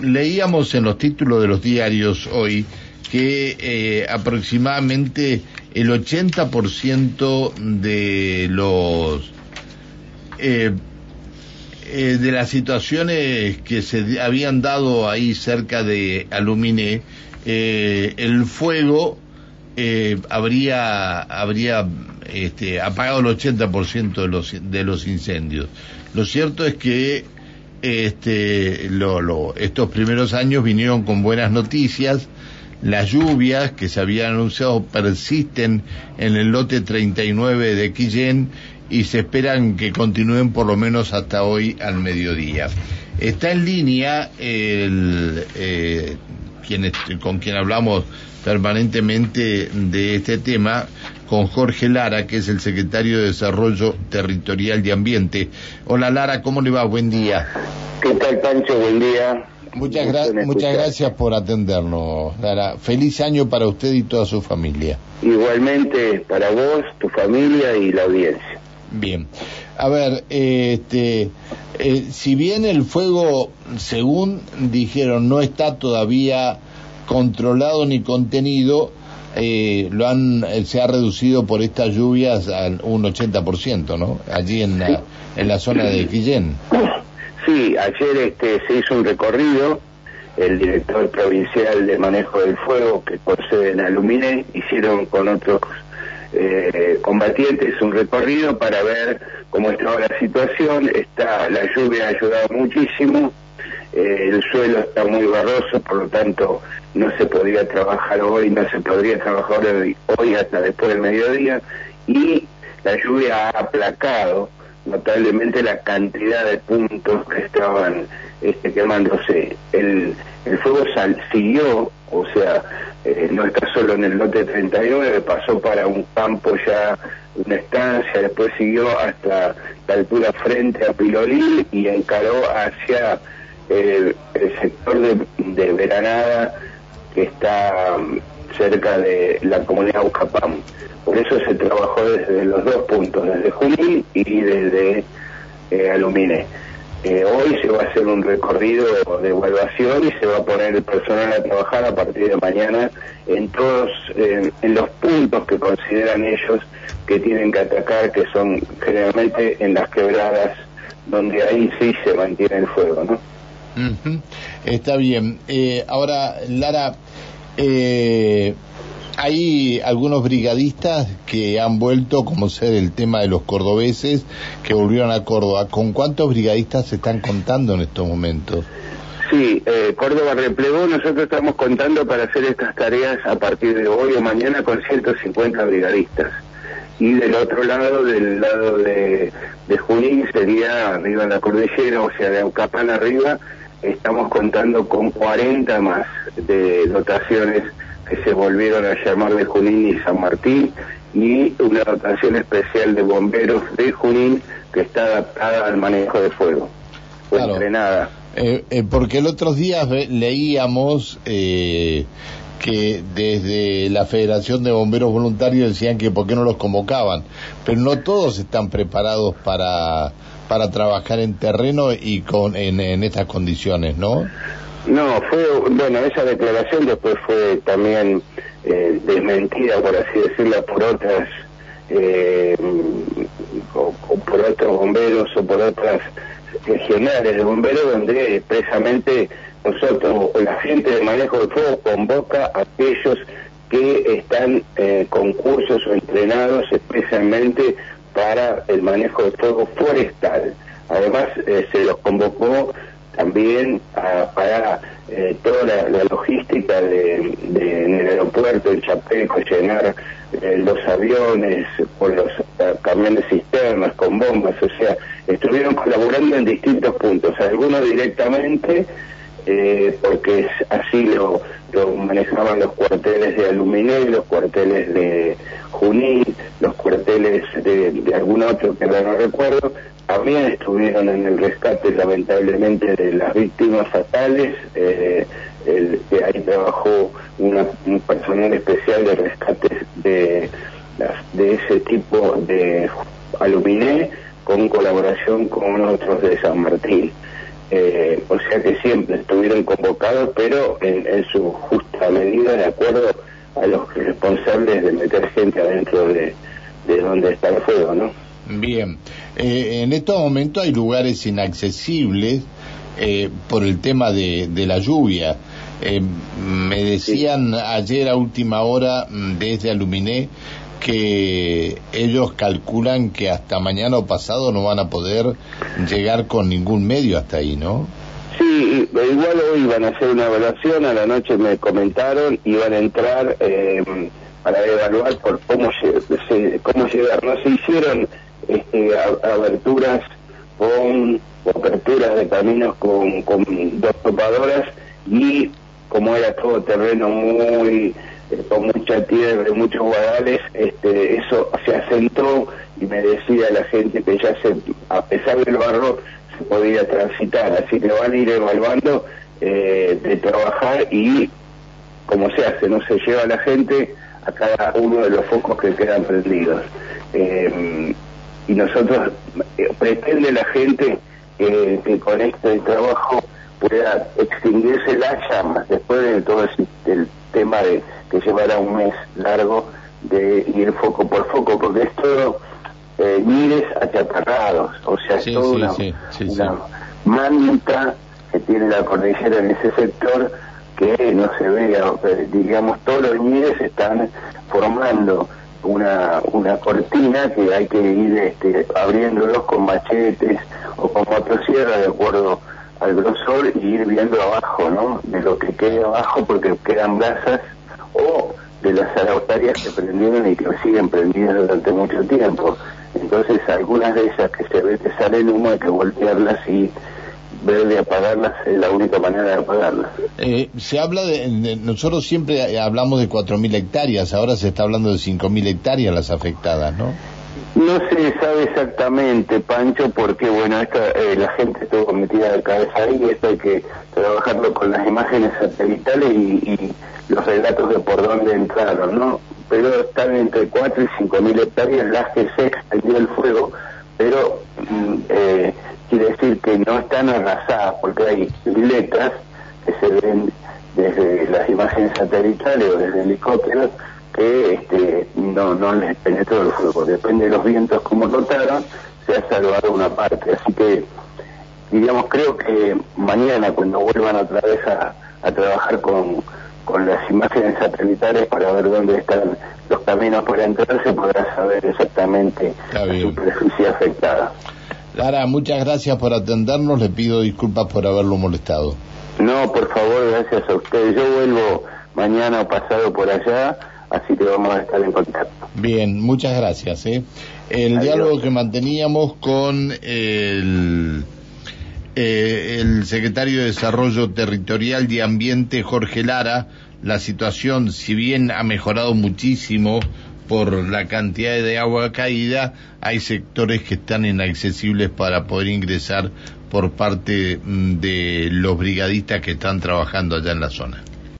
leíamos en los títulos de los diarios hoy que aproximadamente el 80% de los de las situaciones que se habían dado ahí cerca de Aluminé, el fuego habría apagado el 80% de los incendios. Lo cierto es que estos primeros años vinieron con buenas noticias. Las lluvias que se habían anunciado persisten en el lote 39 de Quillén y se esperan que continúen por lo menos hasta hoy al mediodía. Está en línea con quien hablamos permanentemente de este tema, con Jorge Lara, que es el secretario de Desarrollo Territorial de Ambiente. Hola Lara, ¿cómo le va? Buen día. ¿Qué tal, Pancho? Buen día. Muchas gracias por atendernos, Lara. Feliz año para usted y toda su familia. Igualmente para vos, tu familia y la audiencia. Bien. A ver, si bien el fuego, según dijeron, no está todavía controlado ni contenido, se ha reducido por estas lluvias a un 80%, ¿no? Allí en la zona de Quillén. Sí, ayer se hizo un recorrido, el director provincial de manejo del fuego, que con sede en Aluminé, hicieron con otros combatientes un recorrido para ver cómo estaba la situación. La lluvia ha ayudado muchísimo, el suelo está muy barroso, por lo tanto no se podría trabajar hoy, no se podría trabajar hoy hasta después del mediodía, y la lluvia ha aplacado notablemente la cantidad de puntos que estaban quemándose. El fuego siguió, o sea, no está solo en el lote 39, pasó para un campo ya, una estancia, después siguió hasta la altura frente a Pilolín y encaró hacia el sector de Veranada, que está cerca de la comunidad de Ucapam. Por eso se trabajó desde los dos puntos, desde Junín y desde Aluminé. Hoy se va a hacer un recorrido de evaluación y se va a poner el personal a trabajar a partir de mañana en todos, en los puntos que consideran ellos que tienen que atacar, que son generalmente en las quebradas, donde ahí sí se mantiene el fuego, ¿no? Uh-huh. Está bien. Ahora, Lara, hay algunos brigadistas que han vuelto, como ser el tema de los cordobeses, que volvieron a Córdoba. ¿Con cuántos brigadistas se están contando en estos momentos? Sí, Córdoba replegó. Nosotros estamos contando para hacer estas tareas a partir de hoy o mañana con 150 brigadistas. Y del otro lado, del lado de Junín, sería arriba en la cordillera, o sea, de Aucapán arriba, estamos contando con 40 más de dotaciones que se volvieron a llamar de Junín y San Martín, y una dotación especial de bomberos de Junín que está adaptada al manejo de fuego, claro, entrenada. Porque el otro día leíamos que desde la Federación de Bomberos Voluntarios decían que por qué no los convocaban, pero no todos están preparados para trabajar en terreno y en estas condiciones, ¿no? No, esa declaración después fue también desmentida, por así decirlo, por otras por otros bomberos o por otras regionales de bomberos, donde expresamente nosotros, la gente de manejo del fuego, convoca a aquellos que están con cursos o entrenados especialmente para el manejo del fuego forestal. Además, se los convocó también para toda la logística en el aeropuerto, en Chapeco, llenar los aviones con los camiones cisternas, con bombas, o sea, estuvieron colaborando en distintos puntos, algunos directamente, porque así lo manejaban los cuarteles de Aluminé, los cuarteles de Junín, los cuarteles de algún otro que ahora no recuerdo. También estuvieron en el rescate, lamentablemente, de las víctimas fatales, que ahí trabajó un personal especial de rescate de ese tipo de Aluminé, con colaboración con otros de San Martín. o sea que siempre estuvieron convocados, pero en su justa medida, de acuerdo a los responsables de meter gente adentro de donde está el fuego, ¿no? Bien, en estos momentos hay lugares inaccesibles por el tema de la lluvia. Me decían ayer a última hora desde Aluminé que ellos calculan que hasta mañana o pasado no van a poder llegar con ningún medio hasta ahí, ¿no? Sí, igual hoy iban a hacer una evaluación, a la noche me comentaron, iban a entrar para evaluar por cómo llegar. No se hicieron aberturas con aperturas de caminos con dos topadoras, y como era todo terreno muy con mucha tierra y muchos guadales, eso se asentó, y me decía la gente que ya a pesar del barro se podía transitar, así que van a ir evaluando de trabajar, y como se hace, no se lleva a la gente a cada uno de los focos que quedan prendidos, y nosotros pretende la gente que con este trabajo pueda extinguirse las llamas después de todo el tema de que llevará un mes largo de ir foco por foco, porque es todo miles achatarrados, o sea, es toda una manta que tiene la cordillera en ese sector que no se ve, digamos, todos los miles están formando una cortina que hay que ir abriéndolos con machetes o con motosierra de acuerdo al grosor, y ir viendo abajo, ¿no? De lo que quede abajo, porque quedan brasas, o de las arautarias que prendieron y que siguen prendidas durante mucho tiempo. Entonces algunas de ellas que se ve que salen humo, hay que voltearlas y ver de apagarlas, es la única manera de apagarlas. Se habla nosotros siempre hablamos de 4.000 hectáreas, ahora se está hablando de 5.000 hectáreas las afectadas, ¿no? No se sabe exactamente, Pancho, porque bueno, la gente estuvo metida de cabeza ahí, y esto hay que trabajarlo con las imágenes satelitales y los relatos de por dónde entraron, ¿no? Pero están entre 4 y 5.000 hectáreas las que se extendió el fuego, pero quiere decir que no están arrasadas, porque hay piletas que se ven desde las imágenes satelitales o desde helicópteros que no les penetró el fuego. Depende de los vientos como rotaron, se ha salvado una parte. Así que, digamos, creo que mañana, cuando vuelvan otra vez a trabajar con las imágenes satelitales para ver dónde están los caminos para entrar, se podrá saber exactamente la superficie afectada. Lara, muchas gracias por atendernos, le pido disculpas por haberlo molestado. No, por favor, gracias a ustedes. Yo vuelvo mañana o pasado por allá, así que vamos a estar en contacto. Bien, muchas gracias. El diálogo que manteníamos con el secretario de Desarrollo Territorial y Ambiente, Jorge Lara. La situación, si bien ha mejorado muchísimo por la cantidad de agua caída, hay sectores que están inaccesibles para poder ingresar por parte de los brigadistas que están trabajando allá en la zona.